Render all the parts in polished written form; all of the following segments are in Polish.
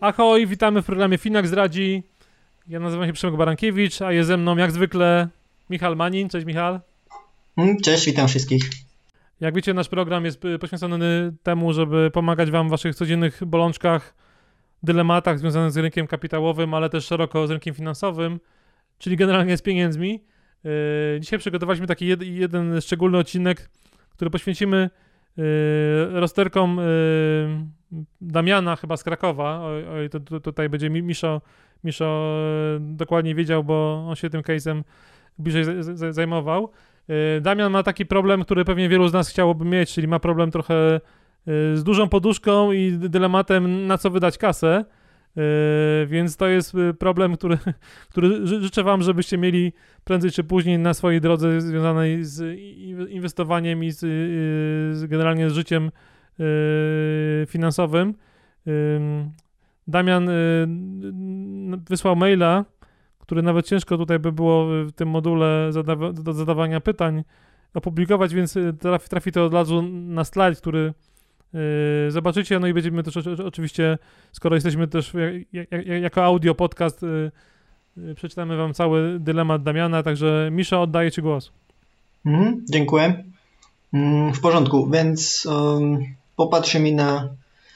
Ahoj, witamy w programie Finax Radzi. Ja nazywam się Przemek Barankiewicz, a jest ze mną jak zwykle Michał Manin. Cześć Michał. Cześć, witam wszystkich. Jak wiecie, nasz program jest poświęcony temu, żeby pomagać wam w waszych codziennych bolączkach, dylematach związanych z rynkiem kapitałowym, ale też szeroko z rynkiem finansowym, czyli generalnie z pieniędzmi. Dzisiaj przygotowaliśmy taki jeden szczególny odcinek, który poświęcimy rozterkom Damiana chyba z Krakowa. Tutaj będzie Miszo dokładnie wiedział, bo on się tym case'em bliżej zajmował. Damian ma taki problem, który pewnie wielu z nas chciałoby mieć, czyli ma problem trochę z dużą poduszką i dylematem, na co wydać kasę. Więc to jest problem, który życzę wam, żebyście mieli prędzej czy później na swojej drodze związanej z inwestowaniem i generalnie z życiem finansowym. Damian wysłał maila, który nawet ciężko tutaj by było w tym module do zadawania pytań opublikować, więc trafi to od razu na slajd, który zobaczycie, no i będziemy też oczywiście, skoro jesteśmy też jako audio podcast, przeczytamy wam cały dylemat Damiana, także Misza, oddaję ci głos. Dziękuję. W porządku, więc popatrzymy na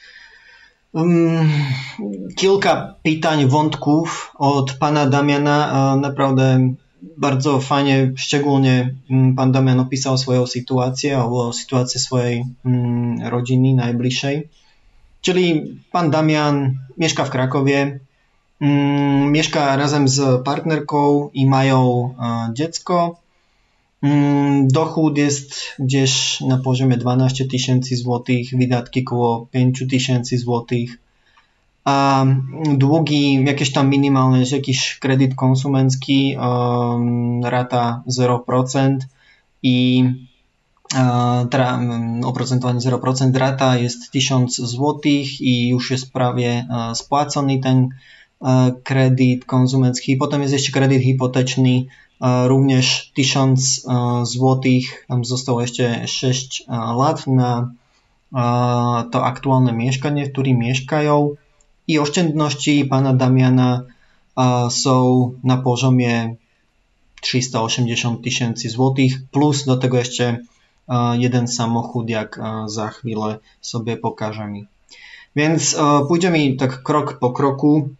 kilka pytań, wątków od pana Damiana. Naprawdę bardzo fajnie, szczególnie pan Damian opisał swoją sytuację albo sytuację swojej rodziny najbliższej. Czyli pan Damian mieszka w Krakowie, mieszka razem z partnerką i mają dziecko. Dochód jest gdzieś na poziomie 12 tysięcy złotych, wydatki około 5 tysięcy złotych, a długi jakieś tam minimalne, jakiś kredyt konsumencki, rata 0% i oprocentowanie 0%, rata jest 1000 złotych i już jest prawie spłacony ten kredyt konsumencki. Potem jest jeszcze kredyt hipoteczny, również 1000 złotych, tam zostało jeszcze 6 lat na to aktualne mieszkanie, w którym mieszkają i oszczędności pana Damiana są na poziomie 380 tysięcy złotych, plus do tego jeszcze jeden samochód, jak za chwilę sobie pokażemy. Więc pójdziemy tak krok po kroku.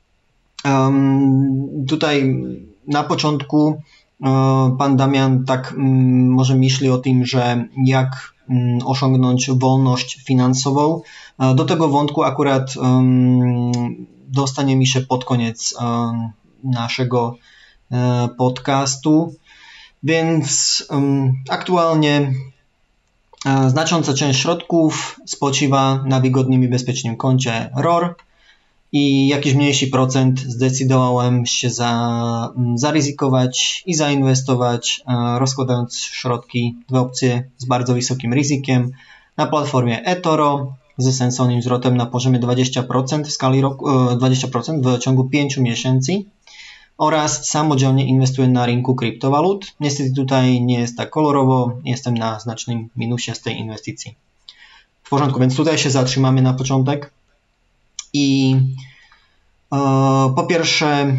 Tutaj na początku pan Damian tak może myśli o tym, że jak osiągnąć wolność finansową. Do tego wątku akurat dostaniemy się pod koniec naszego podcastu, więc aktualnie znacząca część środków spoczywa na wygodnym i bezpiecznym koncie ROR i jakiś mniejszy procent zdecydowałem się zaryzykować i zainwestować, rozkładając środki w opcje z bardzo wysokim ryzykiem na platformie eToro ze sensownym zwrotem na poziomie 20% w skali roku, 20% w ciągu 5 miesięcy oraz samodzielnie inwestuję na rynku kryptowalut. Niestety tutaj nie jest tak kolorowo, jestem na znacznym minusie z tej inwestycji. W porządku, więc tutaj się zatrzymamy na początek. I po pierwsze,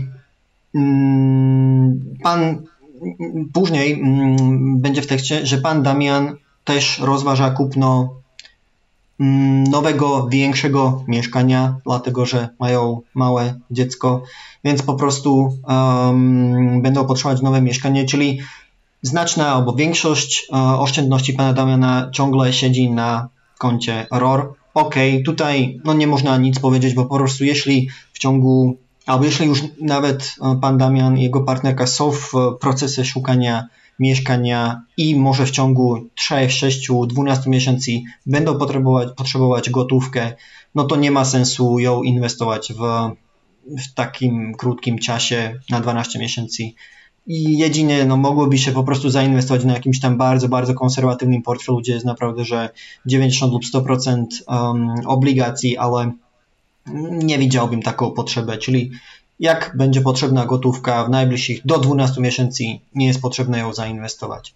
pan później będzie w tekście, że pan Damian też rozważa kupno nowego, większego mieszkania, dlatego że mają małe dziecko, więc po prostu będą potrzebować nowe mieszkanie, czyli znaczna albo większość oszczędności pana Damiana ciągle siedzi na koncie ROR. Tutaj nie można nic powiedzieć, bo po prostu jeśli już nawet pan Damian i jego partnerka są w procesie szukania mieszkania i może w ciągu 3, 6, 12 miesięcy będą potrzebować gotówkę, no to nie ma sensu ją inwestować w takim krótkim czasie na 12 miesięcy. I jedynie mogłoby się po prostu zainwestować na jakimś tam bardzo, bardzo konserwatywnym portfelu, gdzie jest naprawdę, że 90 lub 100% obligacji, ale nie widziałbym taką potrzebę, czyli jak będzie potrzebna gotówka w najbliższych do 12 miesięcy, nie jest potrzebne ją zainwestować.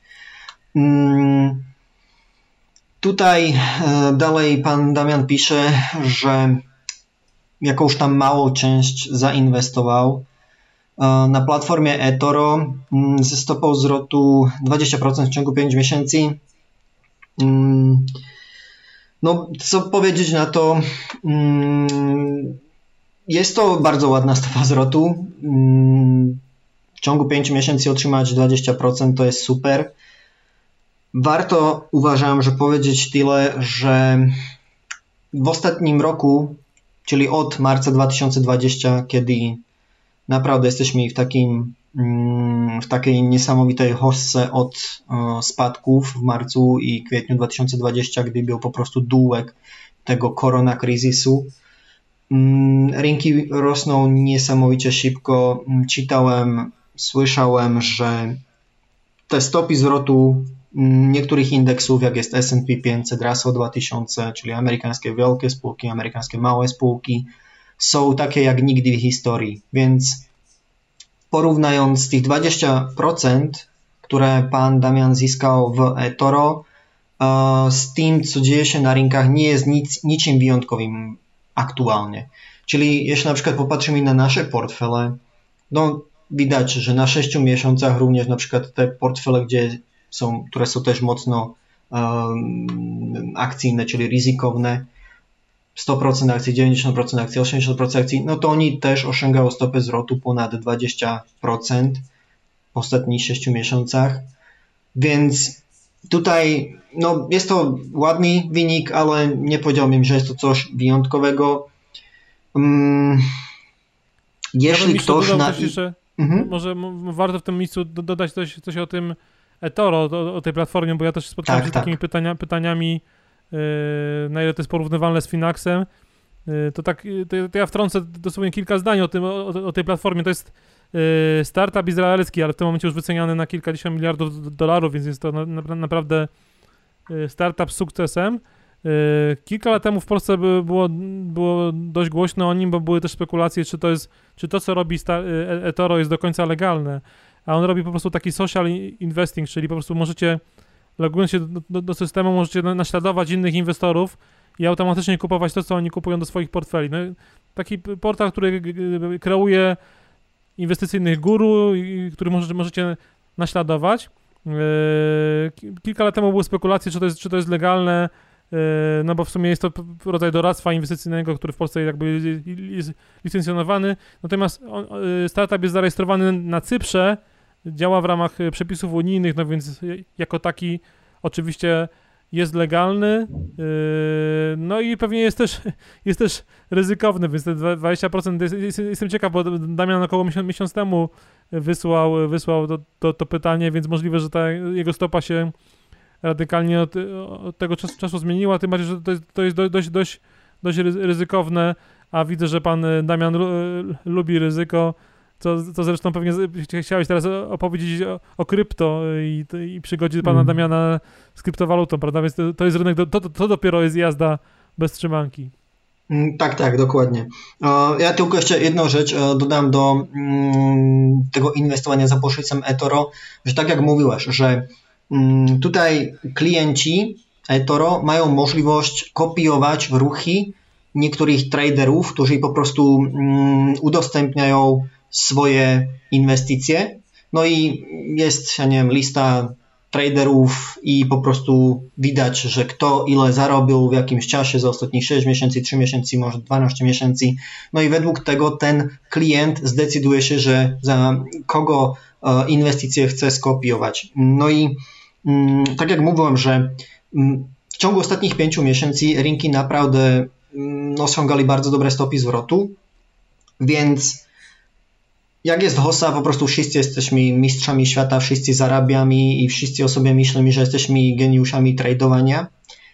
Tutaj dalej pan Damian pisze, że jakąś tam małą część zainwestował. Na platformie eToro ze stopą zwrotu 20% w ciągu 5 miesięcy. No, co powiedzieć na to? Jest to bardzo ładna stopa zwrotu. W ciągu 5 miesięcy otrzymać 20% to jest super. Warto, uważam, że powiedzieć tyle, że w ostatnim roku, czyli od marca 2020, kiedy naprawdę jesteśmy w takiej niesamowitej hossce od spadków w marcu i kwietniu 2020, gdy był po prostu dołek tego koronakryzysu. Rynki rosną niesamowicie szybko. Czytałem, słyszałem, że te stopy zwrotu niektórych indeksów, jak jest S&P 500, Russell 2000, czyli amerykańskie wielkie spółki, amerykańskie małe spółki, są takie jak nigdy w historii. Więc porównując tych 20%, które pan Damian zyskał w eToro, z tym, co dzieje się na rynkach, nie jest niczym wyjątkowym aktualnie. Czyli jeśli na przykład popatrzymy na nasze portfele, no widać, że na 6 miesiącach również na przykład te portfele, które są też mocno akcyjne, czyli ryzykowne, 100% akcji, 90% akcji, 80% akcji, no to oni też osiągają stopę zwrotu ponad 20% w ostatnich 6 miesiącach. Więc tutaj no, jest to ładny wynik, ale nie powiedziałbym, że jest to coś wyjątkowego. Jeśli ktoś może warto w tym miejscu dodać coś o tym eToro, o tej platformie, bo ja też spotkałem się z takimi pytaniami, na ile to jest porównywalne z Finaxem. To ja wtrącę dosłownie kilka zdań o tej platformie. To jest startup izraelski, ale w tym momencie już wyceniany na kilkadziesiąt miliardów dolarów, więc jest to naprawdę startup z sukcesem. Kilka lat temu w Polsce było dość głośno o nim, bo były też spekulacje, czy to, co robi eToro, jest do końca legalne. A on robi po prostu taki social investing, czyli po prostu możecie, logując się do systemu, możecie naśladować innych inwestorów i automatycznie kupować to, co oni kupują do swoich portfeli. No, taki portal, który kreuje inwestycyjnych guru, który możecie naśladować. Kilka lat temu były spekulacje, czy to jest legalne, no bo w sumie jest to rodzaj doradztwa inwestycyjnego, który w Polsce jakby jest licencjonowany. Natomiast startup jest zarejestrowany na Cyprze, działa w ramach przepisów unijnych, no więc jako taki oczywiście jest legalny, no i pewnie jest też ryzykowny, więc te 20% jestem ciekaw, bo Damian około miesiąc temu wysłał to pytanie, więc możliwe, że ta jego stopa się radykalnie od tego czasu zmieniła, tym bardziej, że to jest dość ryzykowne, a widzę, że pan Damian lubi ryzyko, co zresztą pewnie chciałeś teraz opowiedzieć o krypto i przygodzie pana Damiana z kryptowalutą, prawda? Więc to jest rynek, to dopiero jest jazda bez trzymanki. Tak, dokładnie. Ja tylko jeszcze jedną rzecz dodam do tego inwestowania za pośrednictwem eToro, że tak jak mówiłeś, że tutaj klienci eToro mają możliwość kopiować ruchy niektórych traderów, którzy po prostu udostępniają swoje inwestycje. No i jest, ja nie wiem, lista traderów i po prostu widać, że kto ile zarobił w jakimś czasie za ostatnich 6 miesięcy, 3 miesięcy, może 12 miesięcy. No i według tego ten klient zdecyduje się, że za kogo inwestycje chce skopiować. No i tak jak mówiłem, że w ciągu ostatnich 5 miesięcy rynki naprawdę osiągali bardzo dobre stopy zwrotu, więc jak jest hossa, po prostu wszyscy jesteśmy mistrzami świata, wszyscy zarabiamy i wszyscy o sobie myślimy, że jesteśmy geniuszami tradowania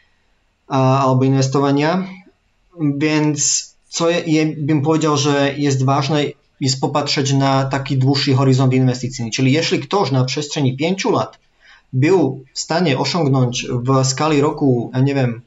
albo inwestowania. Więc co bym powiedział, że jest ważne, jest popatrzeć na taki dłuższy horyzont inwestycyjny. Czyli jeśli ktoś na przestrzeni 5 lat był w stanie osiągnąć w skali roku, nie wiem,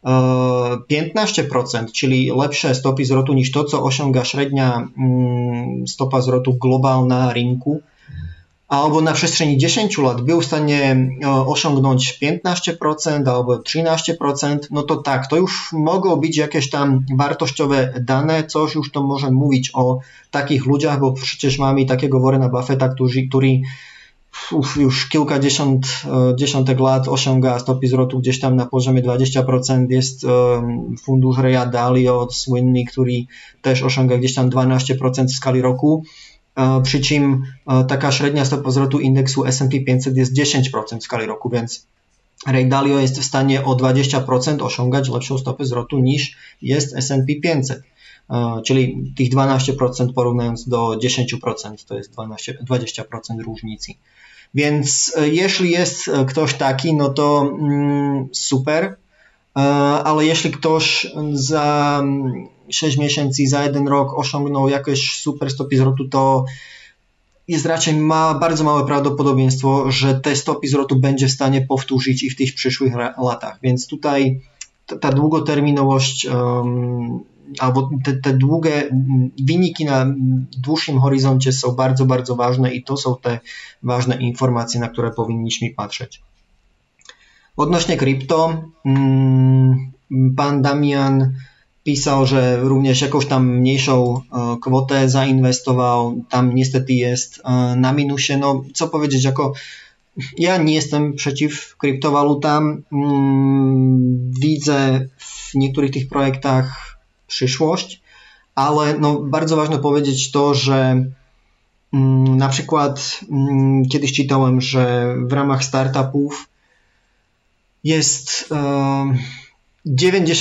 15%, czyli lepsze stopy zwrotu niż to, co osiąga średnia stopa zwrotu globalna na rynku, albo na przestrzeni 10 lat był w stanie osiągnąć 15% albo 13%, no to tak, to już mogą być jakieś tam wartościowe dane, coś już to może mówić o takich ludziach, bo przecież mamy takiego Warrena Buffetta, który już kilkadziesiąt lat osiąga stopy zwrotu gdzieś tam na poziomie 20%, jest fundusz Raya Dalio słynny, który też osiąga gdzieś tam 12% w skali roku. Przy czym taka średnia stopa zwrotu indeksu S&P 500 jest 10% w skali roku, więc Ray Dalio jest w stanie o 20% osiągać lepszą stopę zwrotu niż jest S&P 500. Czyli tych 12% porównując do 10% to jest 20% różnicy. Więc jeśli jest ktoś taki, no to super, ale jeśli ktoś za 6 miesięcy, za 1 rok osiągnął jakieś super stopy zwrotu, to jest raczej bardzo małe prawdopodobieństwo, że te stopy zwrotu będzie w stanie powtórzyć i w tych przyszłych latach. Więc tutaj ta długoterminowość albo te długie wyniki na dłuższym horyzoncie są bardzo, bardzo ważne i to są te ważne informacje, na które powinniśmy patrzeć. Odnośnie krypto, pan Damian pisał, że również jakąś tam mniejszą kwotę zainwestował, tam niestety jest na minusie. No co powiedzieć, ja nie jestem przeciw kryptowalutam, widzę w niektórych tych projektach przyszłość, ale no bardzo ważne powiedzieć to, że na przykład kiedyś czytałem, że w ramach startupów jest w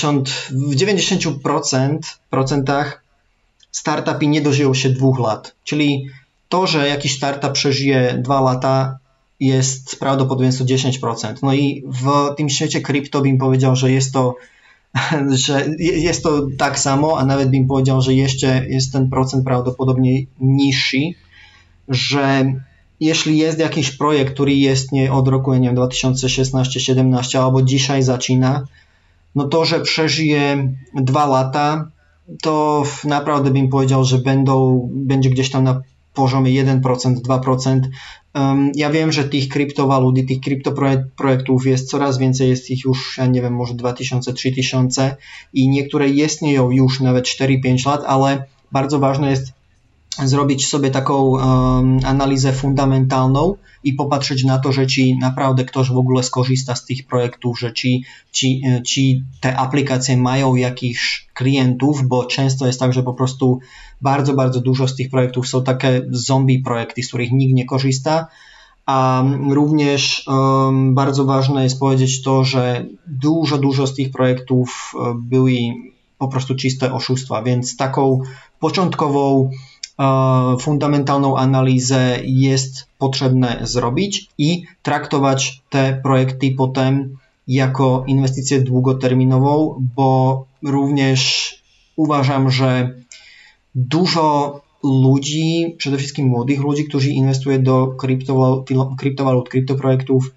90% startupy nie dożyją się 2 lat. Czyli to, że jakiś startup przeżyje 2 lata jest prawdopodobieństwo 10%. No i w tym świecie krypto bym powiedział, że jest to tak samo, a nawet bym powiedział, że jeszcze jest ten procent prawdopodobnie niższy, że jeśli jest jakiś projekt, który istnieje od roku, nie wiem, 2016-17 albo dzisiaj zaczyna, no to, że przeżyje 2 lata, to naprawdę bym powiedział, że będzie gdzieś tam na poziomie 1%, 2%. Ja wiem, że tych kryptowalut i tych kryptoprojektów jest coraz więcej, jest ich już, ja nie wiem, może 2000, 3000 i niektóre istnieją już nawet 4-5 lat, ale bardzo ważne jest zrobić sobie taką analizę fundamentalną i popatrzeć na to, że czy naprawdę ktoś w ogóle skorzysta z tych projektów, że czy te aplikacje mają jakichś klientów, bo często jest tak, że po prostu bardzo, bardzo dużo z tych projektów są takie zombie projekty, z których nikt nie korzysta, a również bardzo ważne jest powiedzieć to, że dużo z tych projektów były po prostu czyste oszustwa, więc taką początkową fundamentalną analizę jest potrzebne zrobić i traktować te projekty potem jako inwestycję długoterminową, bo również uważam, że dużo ludzi, przede wszystkim młodych ludzi, którzy inwestują do kryptowalut, kryptoprojektów,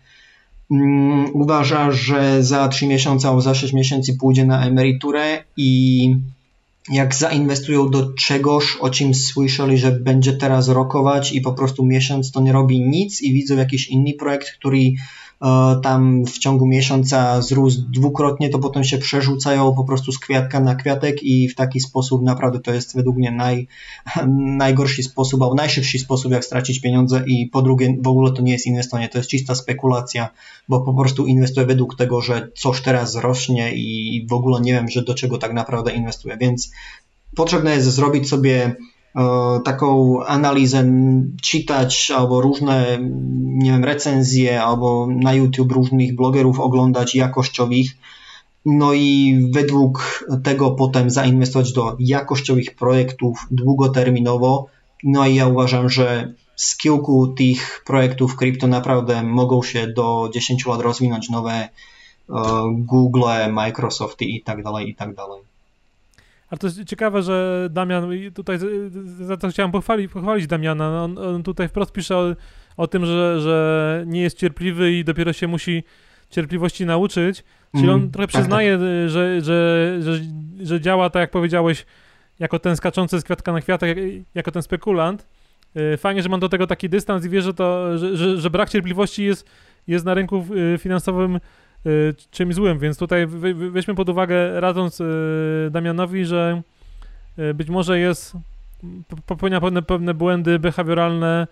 uważa, że za 3 miesiące albo za 6 miesięcy pójdzie na emeryturę i jak zainwestują do czegoś, o czym słyszeli, że będzie teraz rokować i po prostu miesiąc to nie robi nic i widzą jakiś inny projekt, który tam w ciągu miesiąca zrósł dwukrotnie, to potem się przerzucają po prostu z kwiatka na kwiatek i w taki sposób naprawdę to jest według mnie najgorszy sposób, albo najszybszy sposób, jak stracić pieniądze i po drugie w ogóle to nie jest inwestowanie, to jest czysta spekulacja, bo po prostu inwestuję według tego, że coś teraz rośnie i w ogóle nie wiem, że do czego tak naprawdę inwestuję, więc potrzebne jest zrobić sobie taką analizę, czytać albo różne, nie wiem, recenzje albo na YouTube różnych blogerów oglądać jakościowych, no i według tego potem zainwestować do jakościowych projektów długoterminowo. No i ja uważam, że z kilku tych projektów krypto naprawdę mogą się do 10 lat rozwinąć nowe Google, Microsofty i tak dalej, i tak dalej. Ale to jest ciekawe, że Damian, tutaj za to chciałem pochwalić Damiana, on tutaj wprost pisze o tym, że nie jest cierpliwy i dopiero się musi cierpliwości nauczyć, czyli on trochę przyznaje, że działa tak jak powiedziałeś, jako ten skaczący z kwiatka na kwiatek, jako ten spekulant, fajnie, że mam do tego taki dystans i wierzę, że brak cierpliwości jest na rynku finansowym czymś złym, więc tutaj weźmy pod uwagę, radząc Damianowi, że być może popełnia pewne błędy behawioralne,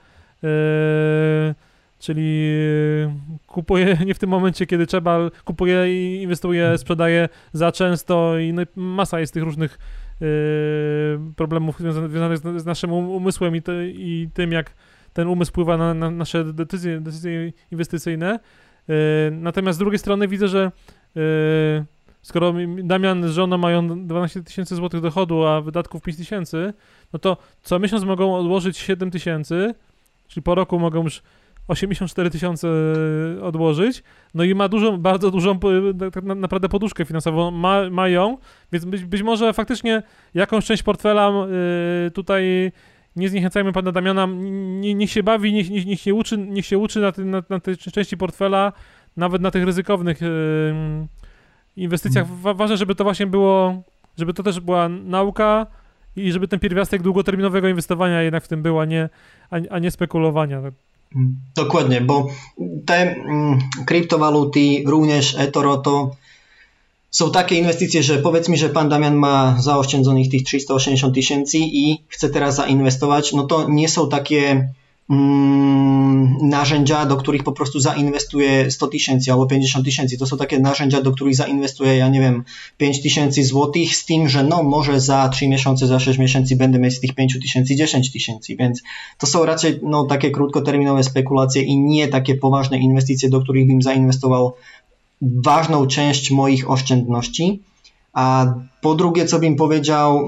czyli kupuje nie w tym momencie, kiedy trzeba, kupuje i inwestuje, sprzedaje za często i no, masa jest tych różnych problemów związanych z naszym umysłem i tym, jak ten umysł wpływa na nasze decyzje inwestycyjne. Natomiast z drugiej strony widzę, że skoro Damian z żoną mają 12 000 złotych dochodu, a wydatków 5 000, no to co miesiąc mogą odłożyć 7 000, czyli po roku mogą już 84 000 odłożyć, no i ma bardzo dużą tak naprawdę poduszkę finansową, mają, więc być może faktycznie jakąś część portfela tutaj nie zniechęcajmy pana Damiana, niech się bawi, niech się uczy na tej części portfela, nawet na tych ryzykownych inwestycjach. Ważne, żeby to właśnie było, żeby to też była nauka i żeby ten pierwiastek długoterminowego inwestowania jednak w tym był, a nie spekulowania. Dokładnie, bo te kryptowaluty, również eToro, to są takie inwestycje, że powiedz mi, że pan Damian ma zaoszczędzonych tych 380 000 i chce teraz zainwestować, no to nie są takie narzędzia, do których po prostu zainwestuje 100 000 albo 50 000. To są takie narzędzia, do których zainwestuje, ja nie wiem, 5 000 złotych z tym, że no może za 3 miesiące, za 6 miesięcy będę mieć z tych 5 000 10 000, więc to są raczej no, takie krótkoterminowe spekulacje i nie takie poważne inwestycje, do których bym zainwestował ważną część moich oszczędności. A po drugie, co bym powiedział,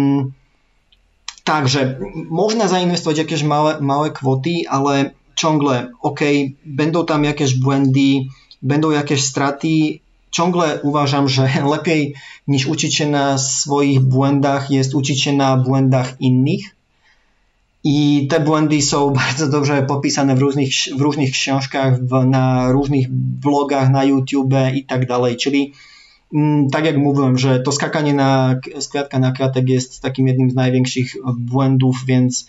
tak, że można zainwestować jakieś małe kwoty, ale ciągle, będą tam jakieś błędy, będą jakieś straty. Ciągle uważam, że lepiej niż uczyć się na swoich błędach jest uczyć się na błędach innych. I te błędy są bardzo dobrze popisane w różnych książkach, na różnych blogach, na YouTube i tak dalej. Czyli tak jak mówiłem, że to skakanie z kwiatka na kwiatek jest takim jednym z największych błędów, więc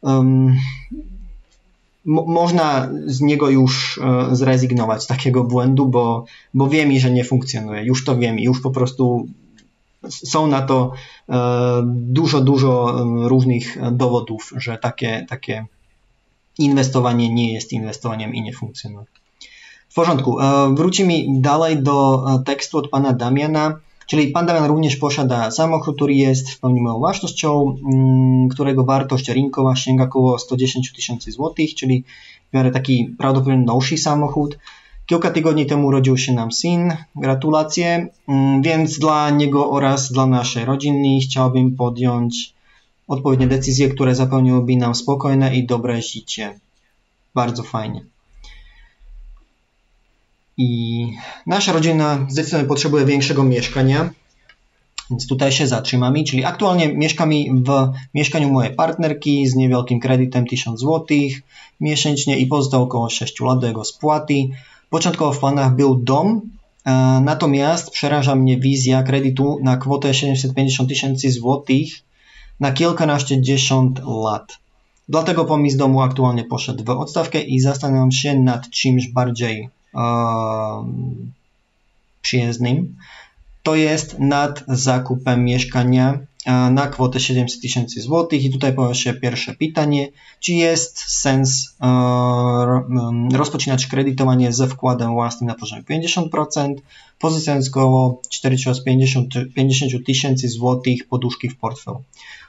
można z niego już zrezygnować z takiego błędu, bo wiem, że nie funkcjonuje. Już to wiem i już po prostu są na to dużo różnych dowodów, że takie inwestowanie nie jest inwestowaniem i nie funkcjonuje. W porządku, wrócimy dalej do tekstu od pana Damiana, czyli pan Damian również posiada samochód, który jest w pełni moją własnością, którego wartość rynkowa sięga około 110 000 złotych, czyli w miarę taki prawdopodobnie nowszy samochód. Kilka tygodni temu urodził się nam syn, gratulacje, więc dla niego oraz dla naszej rodziny chciałbym podjąć odpowiednie decyzje, które zapewniłyby nam spokojne i dobre życie. Bardzo fajnie. I nasza rodzina zdecydowanie potrzebuje większego mieszkania, więc tutaj się zatrzymamy, czyli aktualnie mieszkamy w mieszkaniu mojej partnerki z niewielkim kredytem 1000 zł miesięcznie i pozostało około 6 lat do jego spłaty. Początkowo w planach był dom, natomiast przeraża mnie wizja kredytu na kwotę 750 000 złotych na kilkanaście-dziesiąt lat. Dlatego pomysł domu aktualnie poszedł w odstawkę i zastanawiam się nad czymś bardziej przyjaznym. To jest nad zakupem mieszkania na kwotę 700 000 złotych i tutaj pojawia się pierwsze pytanie, czy jest sens rozpoczynać kredytowanie ze wkładem własnym na poziomie 50%, pozyskiwając około 450 000 złotych poduszki w portfelu.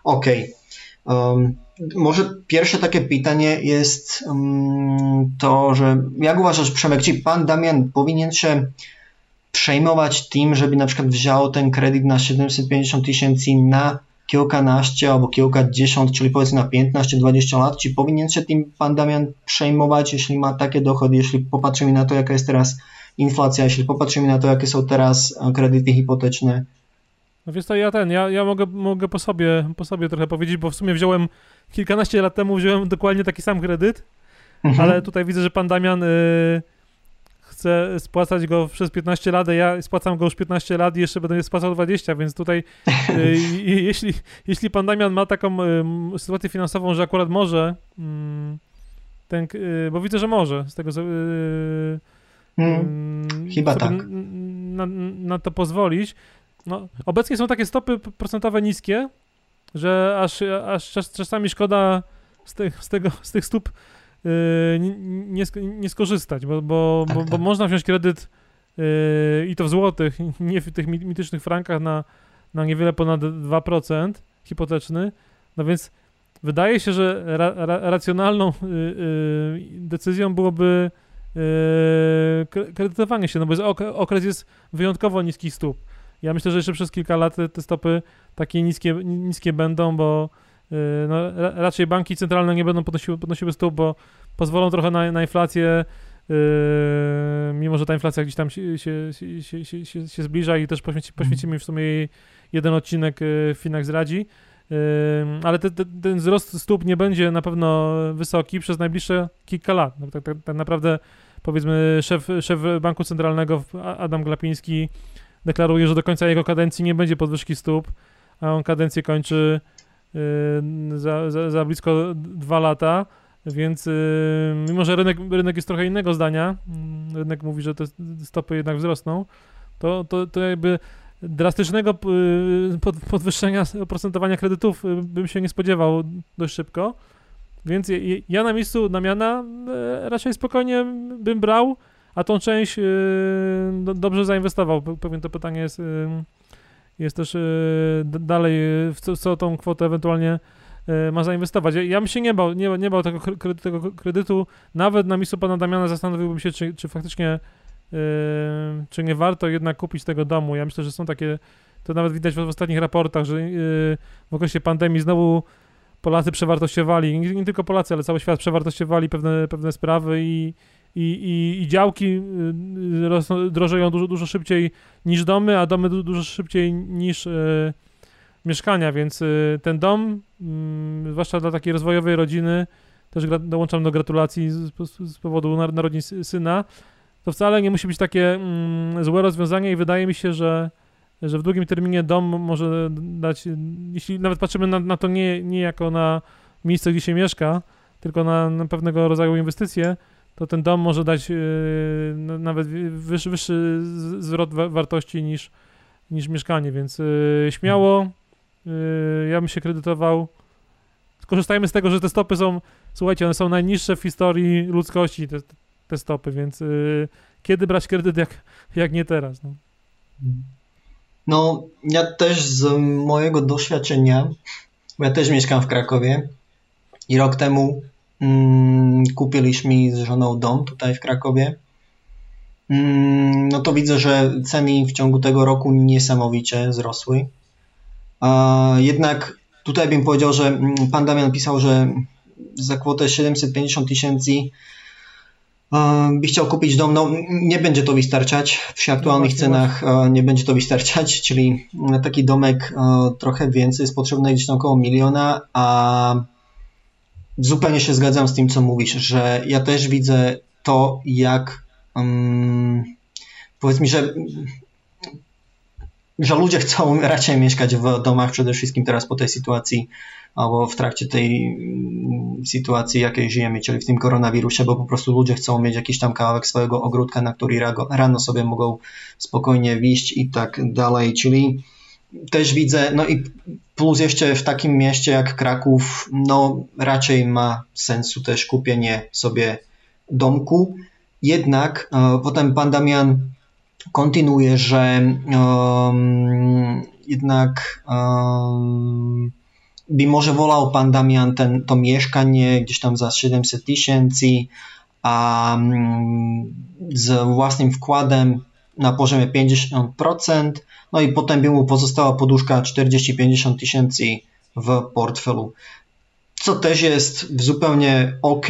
Może pierwsze takie pytanie jest to, że jak uważasz, Przemek, czy pan Damian powinien się przejmować tym, żeby na przykład wziął ten kredyt na 750 000 na kilkanaście albo kilkadziesiąt, czyli powiedzmy na 15-20 lat, czy powinien się tym pan Damian przejmować, jeśli ma takie dochody, jeśli popatrzymy na to, jaka jest teraz inflacja, jeśli popatrzymy na to, jakie są teraz kredyty hipoteczne? No wiesz co, ja mogę po sobie trochę powiedzieć, bo w sumie kilkanaście lat temu wziąłem dokładnie taki sam kredyt, ale tutaj widzę, że pan Damian chce spłacać go przez 15 lat, a ja spłacam go już 15 lat i jeszcze będę spłacał 20, więc tutaj jeśli pan Damian ma taką sytuację finansową, że akurat może, bo widzę, że może z tego chyba tak. Na to pozwolić. No, obecnie są takie stopy procentowe niskie, że aż czasami szkoda z tych stóp nie skorzystać, bo można wziąć kredyt i to w złotych, nie w tych mitycznych frankach na niewiele ponad 2% hipoteczny. No więc wydaje się, że racjonalną decyzją byłoby kredytowanie się, no bo okres jest wyjątkowo niskich stóp. Ja myślę, że jeszcze przez kilka lat te stopy takie niskie będą, bo no, raczej banki centralne nie będą podnosiły stóp, bo pozwolą trochę na inflację, mimo że ta inflacja gdzieś tam się zbliża i też poświęcimy w sumie jeden odcinek w Finax Radzi, ale ten wzrost stóp nie będzie na pewno wysoki przez najbliższe kilka lat. No, tak naprawdę powiedzmy szef Banku Centralnego Adam Glapiński deklaruje, że do końca jego kadencji nie będzie podwyżki stóp, a on kadencję kończy za blisko 2 lata, więc mimo, że rynek jest trochę innego zdania, rynek mówi, że te stopy jednak wzrosną, to jakby drastycznego podwyższenia oprocentowania kredytów bym się nie spodziewał dość szybko, więc ja na miejscu Damiana raczej spokojnie bym brał, a tą część dobrze zainwestował. Pewnie to pytanie jest też dalej, w co tą kwotę ewentualnie ma zainwestować. Ja bym się nie bał tego kredytu. Nawet na miejscu pana Damiana zastanowiłbym się, czy faktycznie czy nie warto jednak kupić tego domu. Ja myślę, że są takie, to nawet widać w ostatnich raportach, że w okresie pandemii znowu Polacy przewartościowali, nie tylko Polacy, ale cały świat przewartościowali pewne sprawy i działki drożeją dużo szybciej niż domy, a domy dużo szybciej niż mieszkania, więc ten dom, zwłaszcza dla takiej rozwojowej rodziny, też dołączam do gratulacji z powodu narodzin syna, to wcale nie musi być takie złe rozwiązanie i wydaje mi się, że w długim terminie dom może dać, jeśli nawet patrzymy na to nie jako na miejsce, gdzie się mieszka, tylko na pewnego rodzaju inwestycje, to ten dom może dać nawet wyższy zwrot wartości niż mieszkanie, więc śmiało ja bym się kredytował. Skorzystajmy z tego, że te stopy są, słuchajcie, one są najniższe w historii ludzkości, te stopy, więc kiedy brać kredyt, jak nie teraz? No, ja też z mojego doświadczenia, bo ja też mieszkam w Krakowie i rok temu kupiliśmy z żoną dom tutaj w Krakowie. No to widzę, że ceny w ciągu tego roku niesamowicie wzrosły. Jednak tutaj bym powiedział, że pan Damian pisał, że za kwotę 750 000 by chciał kupić dom. No nie będzie to wystarczać, przy aktualnych cenach nie będzie to wystarczać, czyli na taki domek trochę więcej jest potrzebne, gdzieś tam około 1 000 000, a zupełnie się zgadzam z tym, co mówisz, że ja też widzę to, jak powiedz mi, że ludzie chcą raczej mieszkać w domach przede wszystkim teraz po tej sytuacji, albo w trakcie tej sytuacji, jakiej żyjemy, czyli w tym koronawirusie, bo po prostu ludzie chcą mieć jakiś tam kawałek swojego ogródka, na który rano sobie mogą spokojnie wyjść i tak dalej, czyli też widzę, no i plus jeszcze w takim mieście jak Kraków, no raczej ma sensu też kupienie sobie domku, jednak potem pan Damian kontynuuje, że jednak by może wolał pan Damian to mieszkanie gdzieś tam za 700 000, a z własnym wkładem na poziomie 50%, no i potem by mu pozostała poduszka 40-50 000 w portfelu, co też jest zupełnie ok.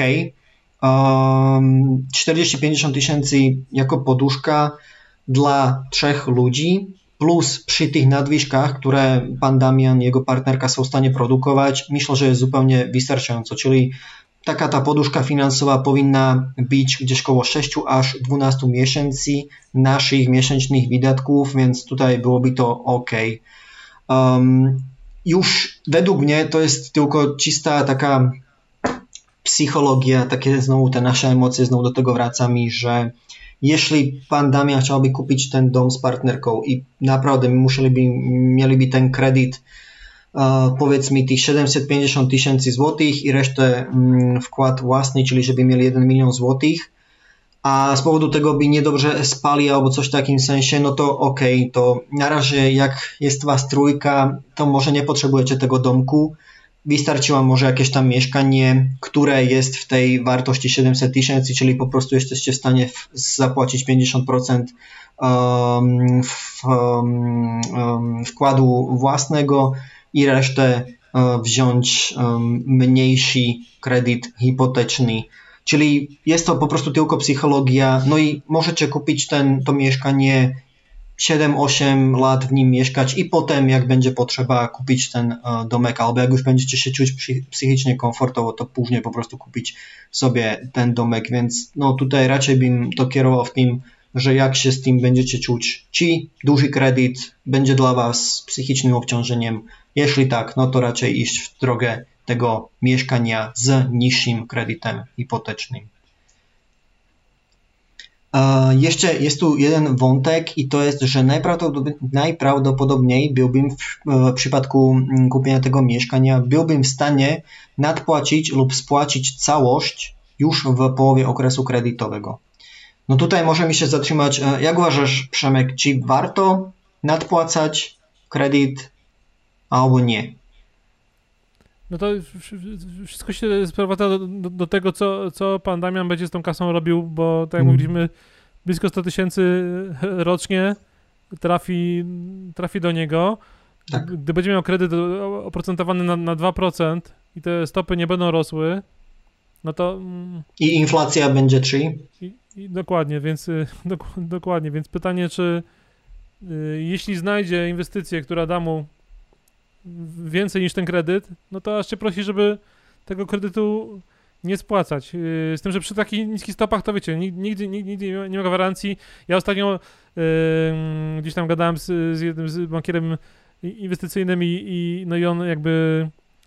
40-50 000 jako poduszka dla 3 ludzi, plus przy tych nadwyżkach, które pan Damian i jego partnerka są w stanie produkować, myślę, że jest zupełnie wystarczająco, czyli taká tá poduška finansová powinna byť gdzieś koło 6 až 12 miesięcy naszych miesięcznych wydatków, więc tutaj byłoby to OK. Już według mnie to jest tylko čistá taká psychologia, takie znowu te nasze emocje, znowu do tego wracamy, że jeśli pan Damian chciałby kupić ten dom z partnerką i naprawdę mieliby ten kredyt powiedzmy tych 750 000 złotych i resztę wkład własny, czyli żeby mieli 1 milion złotych, a z powodu tego by niedobrze spali albo coś w takim sensie, no to okej, to na razie jak jest was trójka, to może nie potrzebujecie tego domku, wystarczy wam może jakieś tam mieszkanie, które jest w tej wartości 700 000, czyli po prostu jesteście w stanie zapłacić 50% wkładu własnego i resztę wziąć mniejszy kredyt hipoteczny. Czyli jest to po prostu tylko psychologia, no i możecie kupić to mieszkanie 7-8 lat w nim mieszkać i potem jak będzie potrzeba kupić ten domek, albo jak już będziecie się czuć psychicznie komfortowo, to później po prostu kupić sobie ten domek, więc no tutaj raczej bym to kierował w tym, że jak się z tym będziecie czuć, czy duży kredyt będzie dla was psychicznym obciążeniem, jeśli tak, no to raczej iść w drogę tego mieszkania z niższym kredytem hipotecznym. Jeszcze jest tu jeden wątek i to jest, że najprawdopodobniej byłbym w przypadku kupienia tego mieszkania byłbym w stanie nadpłacić lub spłacić całość już w połowie okresu kredytowego. No tutaj możemy się zatrzymać. Jak uważasz, Przemek, czy warto nadpłacać kredyt albo nie? No to wszystko się sprowadza do tego, co pan Damian będzie z tą kasą robił, bo tak jak mówiliśmy, blisko 100 000 rocznie trafi do niego. Tak. Gdy będzie miał kredyt oprocentowany na 2% i te stopy nie będą rosły, no to... I inflacja będzie 3%. Dokładnie, więc pytanie, czy jeśli znajdzie inwestycję, która da mu więcej niż ten kredyt, no to aż cię prosi, żeby tego kredytu nie spłacać. Z tym, że przy takich niskich stopach to wiecie, nigdy nie ma gwarancji. Ja ostatnio gdzieś tam gadałem z jednym z bankierem inwestycyjnym i on jakby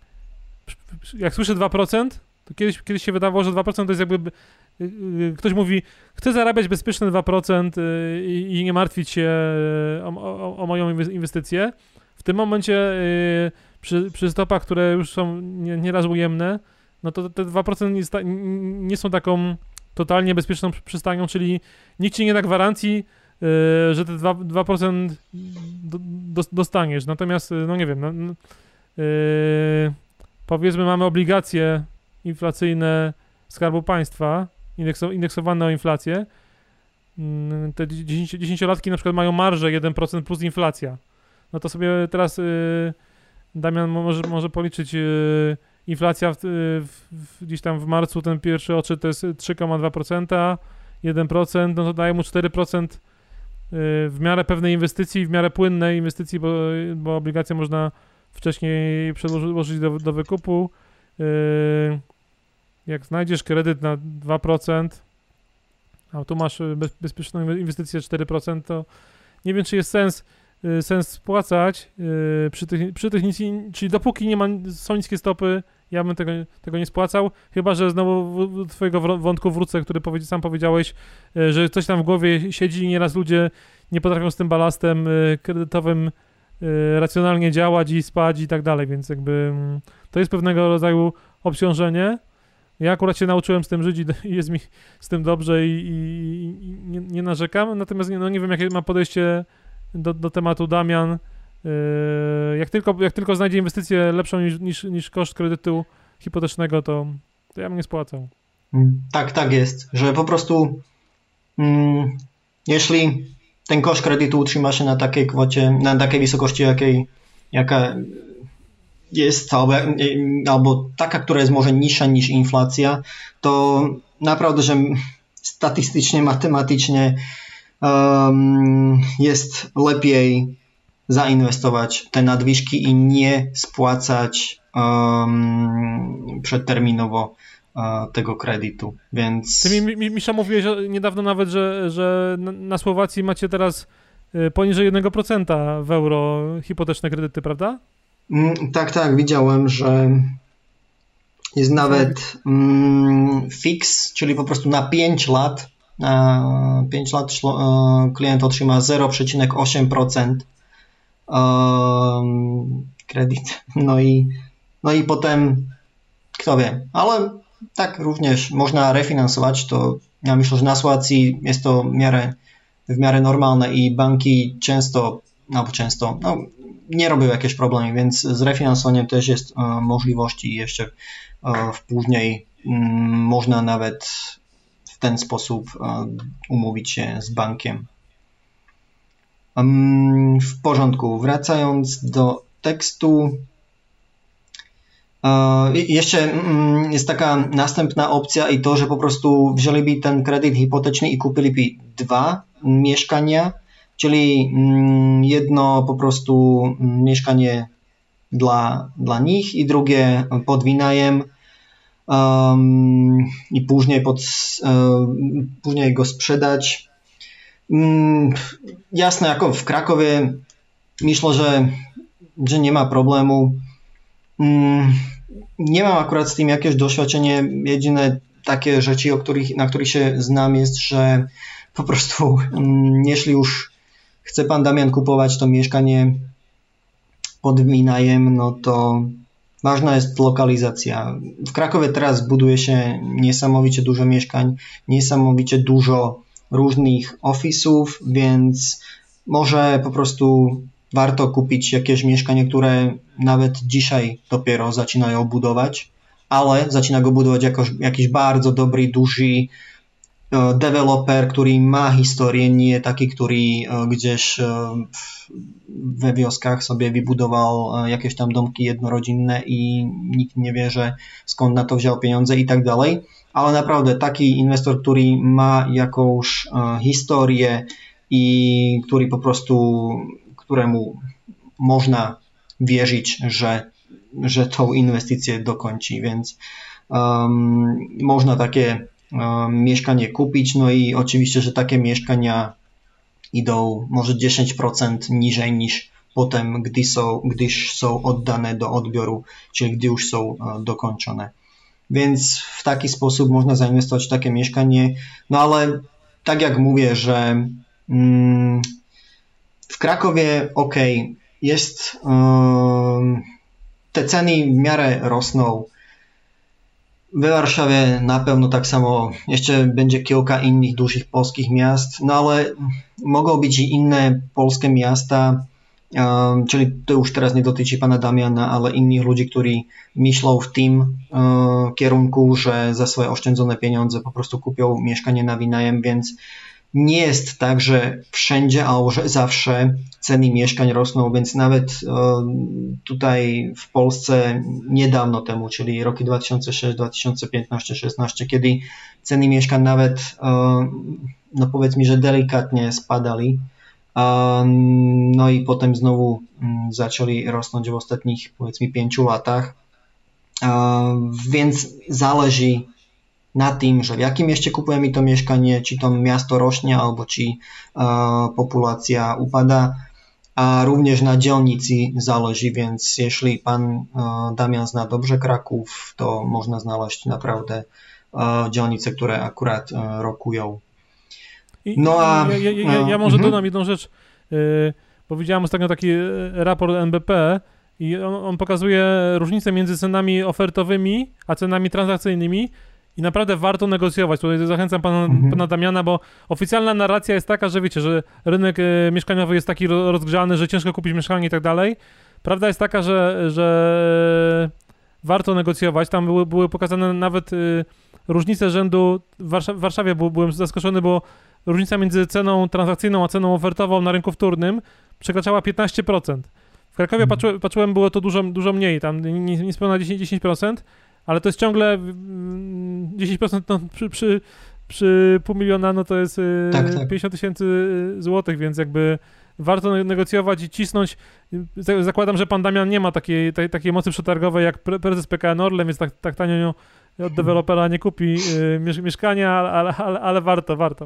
jak słyszę 2%, to kiedyś się wydawało, że 2% to jest jakby ktoś mówi, chcę zarabiać bezpieczne 2% i nie martwić się o moją inwestycję. W tym momencie przy stopach, które już są nieraz ujemne, no to te 2% nie są taką totalnie bezpieczną przystanią, czyli nikt ci nie da gwarancji, że te 2% dostaniesz. Natomiast, no nie wiem, powiedzmy mamy obligacje inflacyjne Skarbu Państwa, indeksowane o inflację. Te 10-latki na przykład mają marżę 1% plus inflacja. No to sobie teraz Damian może policzyć inflacja gdzieś tam w marcu, ten pierwszy odczyt to jest 3,2%, 1%, no to daje mu 4% w miarę pewnej inwestycji, w miarę płynnej inwestycji, bo obligacje można wcześniej przedłożyć do wykupu. Jak znajdziesz kredyt na 2%, a tu masz bezpieczną inwestycję 4%, to nie wiem, czy jest sens spłacać przy tych czyli dopóki są niskie stopy, ja bym tego nie spłacał, chyba że znowu do twojego wątku wrócę, który sam powiedziałeś, że coś tam w głowie siedzi i nieraz ludzie nie potrafią z tym balastem kredytowym racjonalnie działać i spać i tak dalej, więc jakby to jest pewnego rodzaju obciążenie. Ja akurat się nauczyłem z tym żyć i jest mi z tym dobrze i nie narzekam, natomiast nie wiem, jakie ma podejście do tematu Damian. Jak tylko znajdzie inwestycję lepszą niż koszt kredytu hipotecznego, to ja bym nie spłacał. Tak jest, że po prostu jeśli ten koszt kredytu utrzyma się na takiej kwocie, na takiej wysokości, jaka jest, albo taka, która jest może niższa niż inflacja, to naprawdę, że statystycznie, matematycznie jest lepiej zainwestować te nadwyżki i nie spłacać przedterminowo tego kredytu, więc... Ty Misza, mówiłeś niedawno nawet, że na Słowacji macie teraz poniżej 1% w euro hipoteczne kredyty, prawda? Tak, widziałem, że jest nawet fix, czyli po prostu na 5 lat, klient otrzyma 0,8% kredyt. No i potem, kto wie, ale tak również można refinansować, to ja myślę, że na Słowacji jest to w miarę normalne i banki często nie robią jakieś problemy, więc z refinansowaniem też jest możliwość i jeszcze później można nawet w ten sposób umówić się z bankiem. W porządku, wracając do tekstu, jeszcze jest taka następna opcja i to, że po prostu wzięliby ten kredyt hipoteczny i kupiliby 2 mieszkania, czyli jedno po prostu mieszkanie dla nich i drugie pod wynajem i później go sprzedać. Jasne, jako w Krakowie myślę, że nie ma problemu. Nie mam akurat z tym jakieś doświadczenie. Jedyne takie rzeczy, na których się znam, jest, że po prostu jeśli już chce pan Damian kupować to mieszkanie pod wynajem, no to ważna jest lokalizacja. W Krakowie teraz buduje się niesamowicie dużo mieszkań, niesamowicie dużo różnych office'ów, więc może po prostu warto kupić jakieś mieszkanie, które nawet dzisiaj dopiero zaczynają budować, ale zaczyna go budować jako jakiś bardzo dobry, duży deweloper, który ma historię, nie taki, który gdzieś we wioskach sobie wybudował jakieś tam domki jednorodzinne i nikt nie wie, że skąd na to wziął pieniądze i tak dalej, ale naprawdę taki inwestor, który ma jakąś historię i który po prostu, któremu można wierzyć, że tą inwestycję dokończy, więc można takie mieszkanie kupić, no i oczywiście, że takie mieszkania idą może 10% niżej niż potem, gdyż są oddane do odbioru, czyli gdy już są dokończone. Więc w taki sposób można zainwestować w takie mieszkanie, no ale tak jak mówię, że w Krakowie jest, te ceny w miarę rosną. We Warszawie na pewno tak samo, jeszcze będzie kilka innych dużych polskich miast, no ale mogą być i inne polskie miasta, czyli to już teraz nie dotyczy pana Damiana, ale innych ludzi, którzy myślą w tym kierunku, że za swoje oszczędzone pieniądze po prostu kupią mieszkanie na wynajem, więc nie jest tak, że wszędzie albo że zawsze ceny mieszkań rosną, więc nawet tutaj w Polsce niedawno temu, czyli roki 2006, 2015, 2016, kiedy ceny mieszkań nawet, no powiedzmy, że delikatnie spadali, no i potem znowu zaczęli rosnąć w ostatnich, powiedzmy, 5 latach, więc zależy na tym, że w jakim mieście kupujemy to mieszkanie, czy to miasto rośnie, albo czy populacja upada, a również na dzielnicy zależy, więc jeśli pan Damian zna dobrze Kraków, to można znaleźć naprawdę dzielnice, które akurat rokują. Ja może dodam jedną rzecz, bo widziałem ostatnio taki raport NBP i on pokazuje różnicę między cenami ofertowymi a cenami transakcyjnymi i naprawdę warto negocjować. Tutaj zachęcam pana Damiana, bo oficjalna narracja jest taka, że wiecie, że rynek mieszkaniowy jest taki rozgrzany, że ciężko kupić mieszkanie i tak dalej. Prawda jest taka, że warto negocjować. Tam były pokazane nawet różnice rzędu. W Warszawie byłem zaskoczony, bo różnica między ceną transakcyjną a ceną ofertową na rynku wtórnym przekraczała 15%. W Krakowie patrzyłem, było to dużo mniej, tam niespełna 10%, ale to jest ciągle 10% no, przy pół miliona, no to jest 50 000 złotych, więc jakby warto negocjować i cisnąć. Zakładam, że pan Damian nie ma takiej mocy przetargowej jak prezes PKN Orlen, więc tak tanio od dewelopera nie kupi mieszkania, ale warto.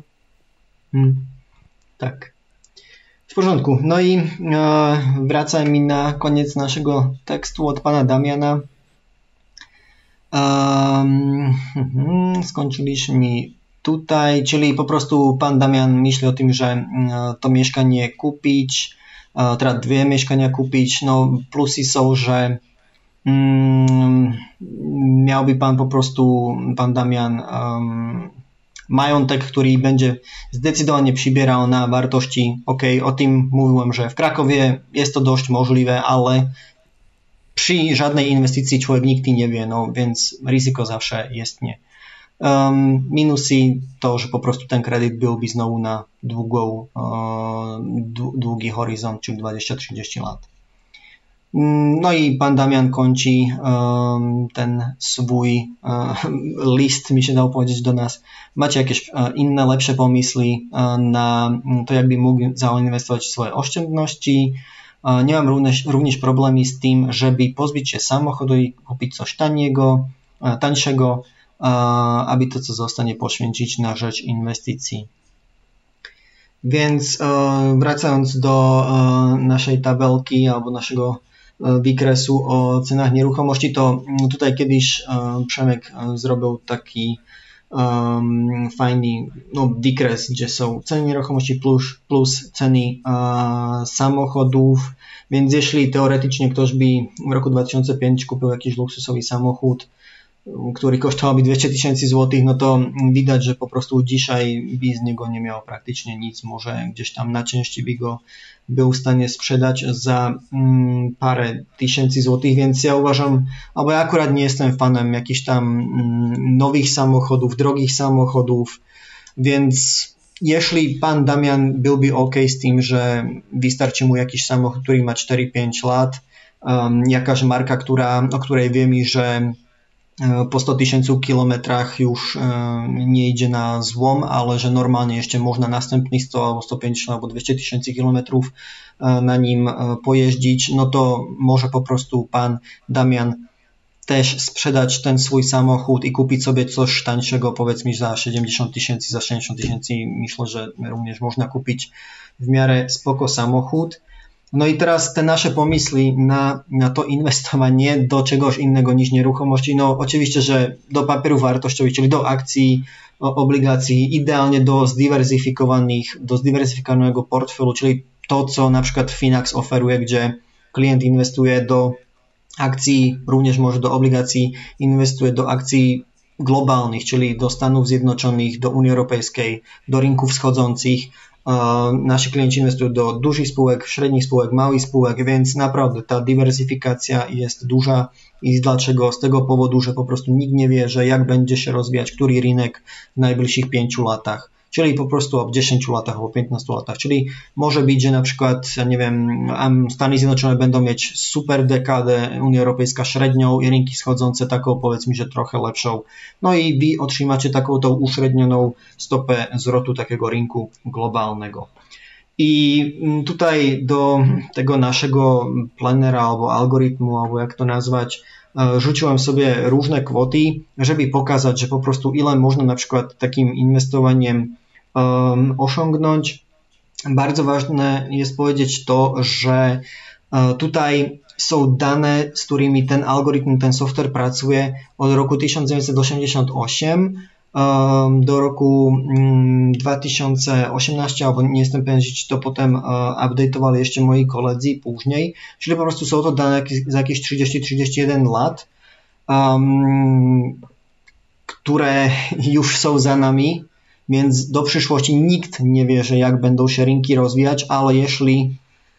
Tak. W porządku. No i wracaj mi na koniec naszego tekstu od pana Damiana. Skończyliśmy tutaj, czyli po prostu pan Damian myśli o tym, że to mieszkanie kupić, teda 2 mieszkania kupić. No plusy są, że miałby pan po prostu, pan Damian, majątek, który będzie zdecydowanie przybierał na wartości. O tym mówiłem, że w Krakowie jest to dość możliwe, ale przy żadnej inwestycji człowiek nigdy nie wie, no więc ryzyko zawsze istnieje. Minusy to, że po prostu ten kredyt byłby znowu na długi horyzont, czyli 20-30 lat. No i pan Damian kończy ten swój list, mi się dało powiedzieć do nas. Macie jakieś inne, lepsze pomysły na to, jak by mógł zainwestować w swoje oszczędności? Nie mam również problemy z tym, żeby pozbyć się samochodu i kupić coś tańszego, aby to, co zostanie, poświęcić na rzecz inwestycji. Więc wracając do naszej tabelki albo naszego wykresu o cenach nieruchomości, to tutaj kiedyś Przemek zrobił taki fajny wykres, gdzie są ceny nieruchomości plus ceny samochodów, więc jeśli teoretycznie ktoś by w roku 2005 kupił jakiś luksusowy samochód, który kosztowałby 200 000 złotych, no to widać, że po prostu dzisiaj by z niego nie miał praktycznie nic, może gdzieś tam na części by go był w stanie sprzedać za parę tysięcy złotych, więc ja uważam, albo ja akurat nie jestem fanem jakichś tam nowych samochodów, drogich samochodów, więc jeśli pan Damian byłby ok z tym, że wystarczy mu jakiś samochód, który ma 4-5 lat, jakaś marka, o której wiemy, że po 100 000 kilometrach już nie idzie na złom, ale że normalnie jeszcze można następnych 100 albo 150 albo 200 000 kilometrów na nim pojeździć, no to może po prostu pan Damian też sprzedać ten swój samochód i kupić sobie coś tańszego, powiedzmy za 70 000, za 60 000. Myślę, że również można kupić w miarę spoko samochód. No i teraz te nasze pomysły na to inwestowanie do czegoś innego niż nieruchomości, no oczywiście, że do papierów wartościowych, czyli do akcji, obligacji, idealnie do zdywersyfikowanego portfelu, czyli to, co na przykład Finax oferuje, gdzie klient inwestuje do akcji, również może do obligacji, inwestuje do akcji globalnych, czyli do Stanów Zjednoczonych, do Unii Europejskiej, do rynków wschodzących. Nasi klienci inwestują do dużych spółek, średnich spółek, małych spółek, więc naprawdę ta dywersyfikacja jest duża. I dlaczego? Z tego powodu, że po prostu nikt nie wie, że jak będzie się rozwijać który rynek w najbliższych 5 latach, czyli po prostu o 10 latach albo 15 latach, czyli może być, że na przykład, nie wiem, Stany Zjednoczone będą mieć super dekadę, Unia Europejska średnią i rynki wschodzące taką, powiedzmy, że trochę lepszą. No i wy otrzymacie taką tą uśrednioną stopę zwrotu takiego rynku globalnego. I tutaj do tego naszego planera albo algorytmu, albo jak to nazwać, rzuciłem sobie różne kwoty, żeby pokazać, że po prostu ile można na przykład takim inwestowaniem osiągnąć. Bardzo ważne jest powiedzieć to, że tutaj są dane, z którymi ten algorytm, ten software pracuje od roku 1988 do roku 2018, albo nie jestem pewien, czy to potem update'owali jeszcze moi koledzy później, czyli po prostu są to dane za jakieś 30-31 lat, które już są za nami, więc do przyszłości nikt nie wie, że jak będą się rynki rozwijać, ale jeśli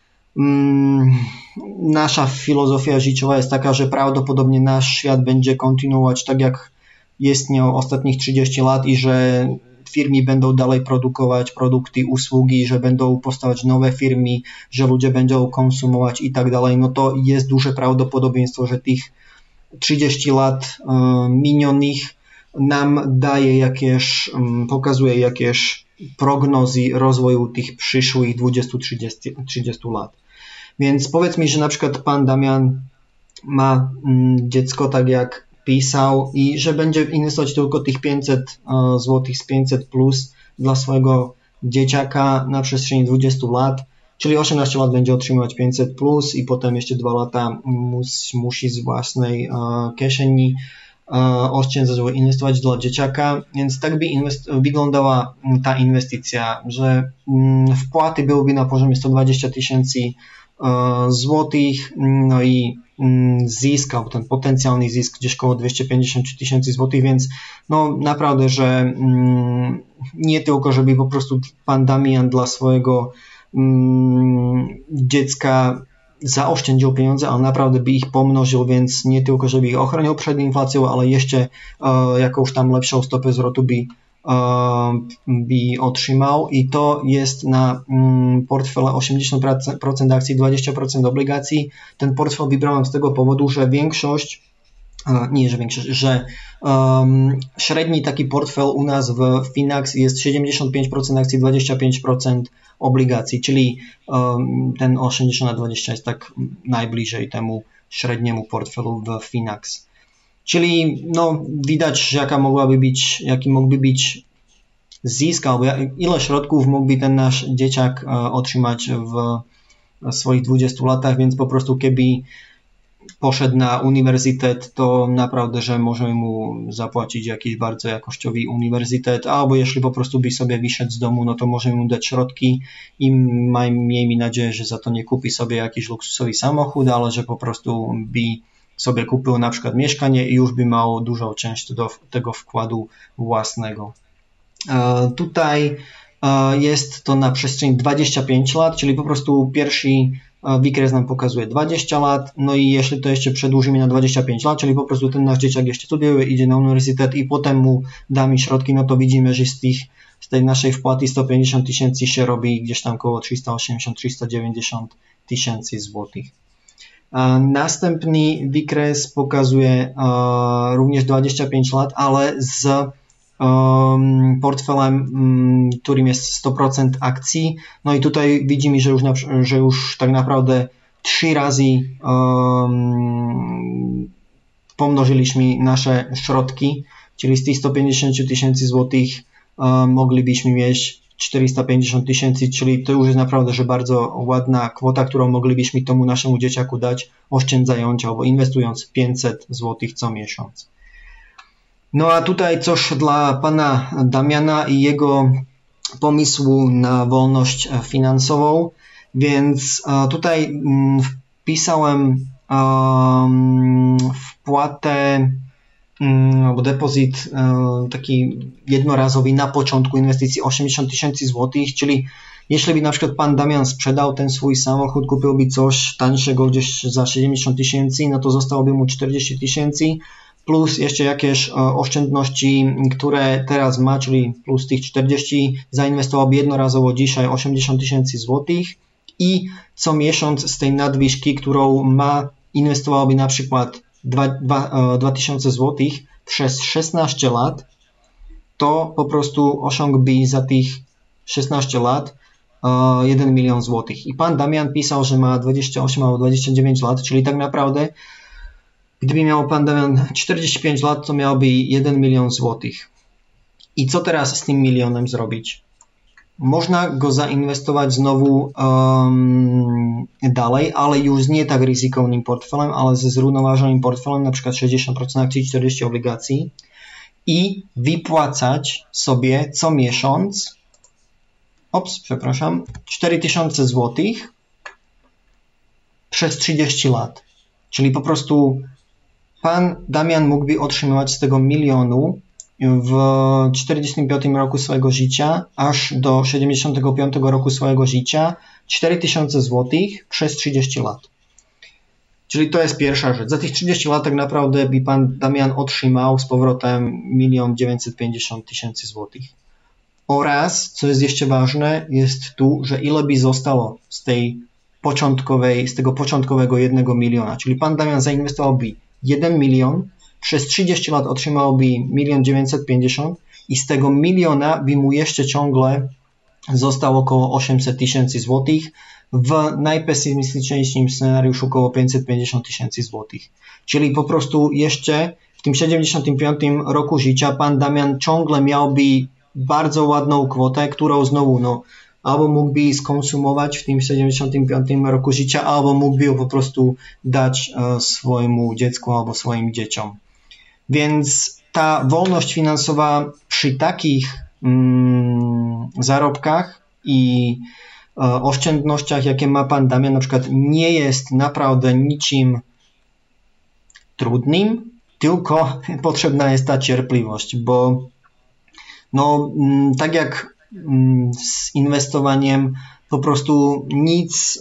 nasza filozofia życiowa jest taka, że prawdopodobnie nasz świat będzie kontynuować tak, jak istniał ostatnich 30 lat i że firmy będą dalej produkować produkty, usługi, że będą powstawać nowe firmy, że ludzie będą konsumować i tak dalej, no to jest duże prawdopodobieństwo, że tych 30 lat minionych nam daje pokazuje jakieś prognozy rozwoju tych przyszłych 20-30 lat. Więc powiedz mi, że na przykład pan Damian ma dziecko tak jak písal i že będzie inwestować tylko tych 500 złotych z 500 plus dla swojego dzieciaka na przestrzeni 20 lat, czyli 18 lat będzie otrzymywać 500 plus i potem jeszcze 2 lata musi z własnej kieszeni oszczędzać, inwestować dla dzieciaka, więc tak by wyglądała ta inwestycja, że wpłaty byłyby na poziomie 120 000 złotych, no i zysk, albo ten potencjalny zysk gdzieś około 250 000 złotych, więc no naprawdę, że nie tylko, żeby po prostu pan Damian dla swojego dziecka zaoszczędził pieniądze, ale naprawdę by ich pomnożył, więc nie tylko, żeby ich ochronił przed inflacją, ale jeszcze jakąś tam lepszą stopę zwrotu by otrzymał i to jest na portfele 80% akcji, 20% obligacji. Ten portfel wybrałem z tego powodu, że że średni taki portfel u nas w Finax jest 75% akcji, 25% obligacji, czyli ten 80/20 jest tak najbliżej temu średniemu portfelu w Finax. Czyli no, widać, jaki mógłby być zysk, albo ile środków mógłby ten nasz dzieciak otrzymać w swoich 20 latach, więc po prostu keby poszedł na uniwersytet, to naprawdę, że możemy mu zapłacić jakiś bardzo jakościowy uniwersytet, albo jeśli po prostu by sobie wyszedł z domu, no to możemy mu dać środki i miejmy nadzieję, że za to nie kupi sobie jakiś luksusowy samochód, ale że po prostu by sobie kupił na przykład mieszkanie i już by miał dużą część do tego wkładu własnego. Tutaj jest to na przestrzeni 25 lat, czyli po prostu pierwszy wykres nam pokazuje 20 lat, no i jeśli to jeszcze przedłużymy na 25 lat, czyli po prostu ten nasz dzieciak jeszcze studiuje, idzie na uniwersytet i potem mu damy środki, no to widzimy, że z tej naszej wpłaty 150 000 się robi gdzieś tam około 380-390 000 złotych. Następny wykres pokazuje również 25 lat, ale z portfelem, którym jest 100% akcji. No i tutaj widzimy, że już tak naprawdę 3 razy pomnożyliśmy nasze środki, czyli z tych 150 000 złotych moglibyśmy mieć 450 000, czyli to już jest naprawdę, że bardzo ładna kwota, którą moglibyśmy temu naszemu dzieciaku dać, oszczędzając albo inwestując 500 złotych co miesiąc. No a tutaj coś dla pana Damiana i jego pomysłu na wolność finansową, więc tutaj wpisałem wpłatę albo depozyt taki jednorazowy na początku inwestycji 80 000 złotych, czyli jeśli by na przykład pan Damian sprzedał ten swój samochód, kupiłby coś tańszego gdzieś za 70 000, no to zostałoby mu 40 000 plus jeszcze jakieś oszczędności, które teraz ma, czyli plus tych 40, zainwestowałby jednorazowo dzisiaj 80 000 złotych i co miesiąc z tej nadwyżki, którą ma, inwestowałby na przykład 2000 złotych przez 16 lat, to po prostu osiągłby za tych 16 lat 1 milion złotych. I pan Damian pisał, że ma 28 albo 29 lat, czyli tak naprawdę gdyby miał pan Damian 45 lat, to miałby 1 milion złotych. I co teraz z tym milionem zrobić? Można go zainwestować znowu dalej, ale już z nie tak ryzykownym portfelem, ale ze zrównoważonym portfelem, na przykład 60% akcji, 40 obligacji i wypłacać sobie co miesiąc 4000 złotych przez 30 lat. Czyli po prostu pan Damian mógłby otrzymywać z tego milionu w 45 roku swojego życia aż do 75 roku swojego życia 4000 złotych przez 30 lat. Czyli to jest pierwsza rzecz. Za tych 30 lat tak naprawdę by pan Damian otrzymał z powrotem 1 950 000 złotych. Oraz, co jest jeszcze ważne, jest tu, że ile by zostało z tego początkowego 1 miliona. Czyli pan Damian zainwestowałby 1 milion, przez 30 lat otrzymałby 1 950 000 i z tego miliona by mu jeszcze ciągle zostało około 800 000 złotych, w najpesymistyczniejszym scenariuszu około 550 000 złotych. Czyli po prostu jeszcze w tym 75 roku życia pan Damian ciągle miałby bardzo ładną kwotę, którą znowu no, albo mógłby skonsumować w tym 75 roku życia, albo mógłby ją po prostu dać swojemu dziecku albo swoim dzieciom. Więc ta wolność finansowa przy takich zarobkach i oszczędnościach, jakie ma pan Damian, na przykład nie jest naprawdę niczym trudnym, tylko potrzebna jest ta cierpliwość, bo no, tak jak z inwestowaniem po prostu nic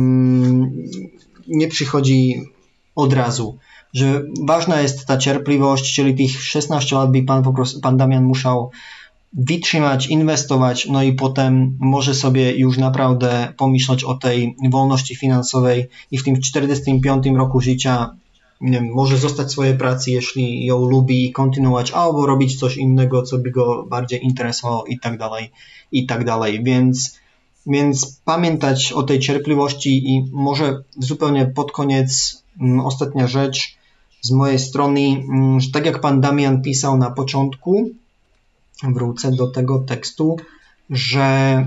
nie przychodzi od razu, że ważna jest ta cierpliwość, czyli tych 16 lat by pan Damian musiał wytrzymać, inwestować, no i potem może sobie już naprawdę pomyśleć o tej wolności finansowej i w tym 45 roku życia nie wiem, może zostać w swojej pracy, jeśli ją lubi i kontynuować, albo robić coś innego, co by go bardziej interesowało i tak dalej. Więc pamiętać o tej cierpliwości i może zupełnie pod koniec ostatnia rzecz z mojej strony, że tak jak pan Damian pisał na początku, wrócę do tego tekstu, że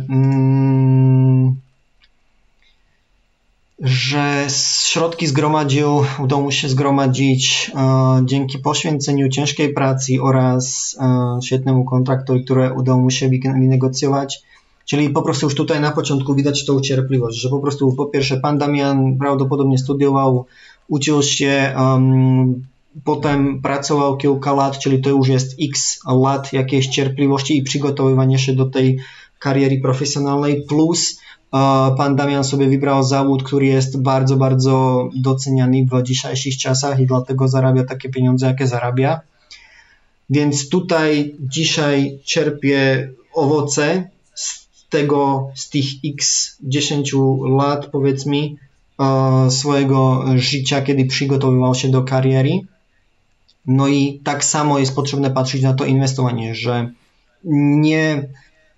środki udało mu się zgromadzić dzięki poświęceniu, ciężkiej pracy oraz świetnemu kontraktowi, które udało mu się wynegocjować. Czyli po prostu już tutaj na początku widać tą cierpliwość, że po prostu po pierwsze pan Damian prawdopodobnie studiował, uczył się, potem pracował kilka lat, czyli to już jest x lat jakiejś cierpliwości i przygotowywania się do tej kariery profesjonalnej, plus pan Damian sobie wybrał zawód, który jest bardzo, bardzo doceniany w dzisiejszych czasach i dlatego zarabia takie pieniądze, jakie zarabia. Więc tutaj dzisiaj czerpie owoce z tych x 10 lat, powiedzmy, swojego życia, kiedy przygotowywał się do kariery. No i tak samo jest potrzebne patrzeć na to inwestowanie, że nie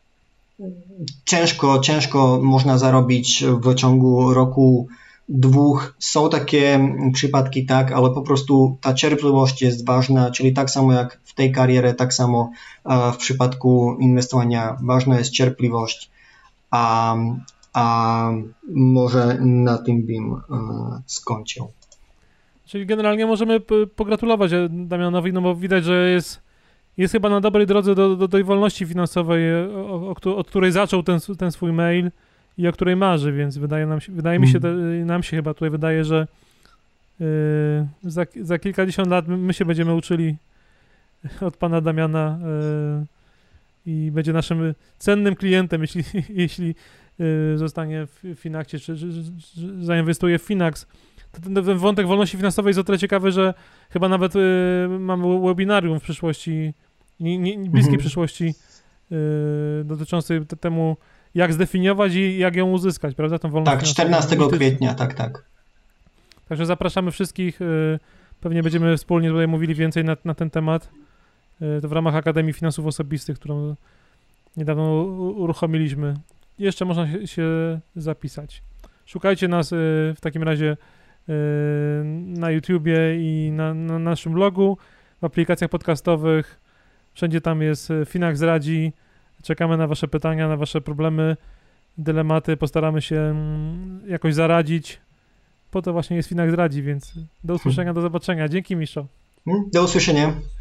ciężko można zarobić w ciągu roku, dwóch. Są takie przypadki, tak, ale po prostu ta cierpliwość jest ważna, czyli tak samo jak w tej karierze, tak samo w przypadku inwestowania ważna jest cierpliwość, a może na tym bym skończył. Czyli generalnie możemy pogratulować Damianowi, no bo widać, że jest chyba na dobrej drodze do tej wolności finansowej, od której zaczął ten swój mail i o której marzy, więc nam się chyba tutaj wydaje, że za kilkadziesiąt lat my się będziemy uczyli od pana Damiana i będzie naszym cennym klientem, jeśli zostanie w Finaxie, czy zainwestuje w Finax. Ten wątek wolności finansowej jest o tyle ciekawy, że chyba nawet mamy webinarium w przyszłości, bliskiej przyszłości, dotyczącej temu, jak zdefiniować i jak ją uzyskać, prawda? Tą wolność tak, 14 kwietnia, tak. Także zapraszamy wszystkich, pewnie będziemy wspólnie tutaj mówili więcej na ten temat, to w ramach Akademii Finansów Osobistych, którą niedawno uruchomiliśmy. Jeszcze można się zapisać. Szukajcie nas w takim razie na YouTubie i na naszym blogu, w aplikacjach podcastowych. Wszędzie tam jest Finax Radzi. Czekamy na wasze pytania, na wasze problemy, dylematy. Postaramy się jakoś zaradzić. Po to właśnie jest Finax Radzi, więc do usłyszenia, do zobaczenia. Dzięki, Miszo. Do usłyszenia.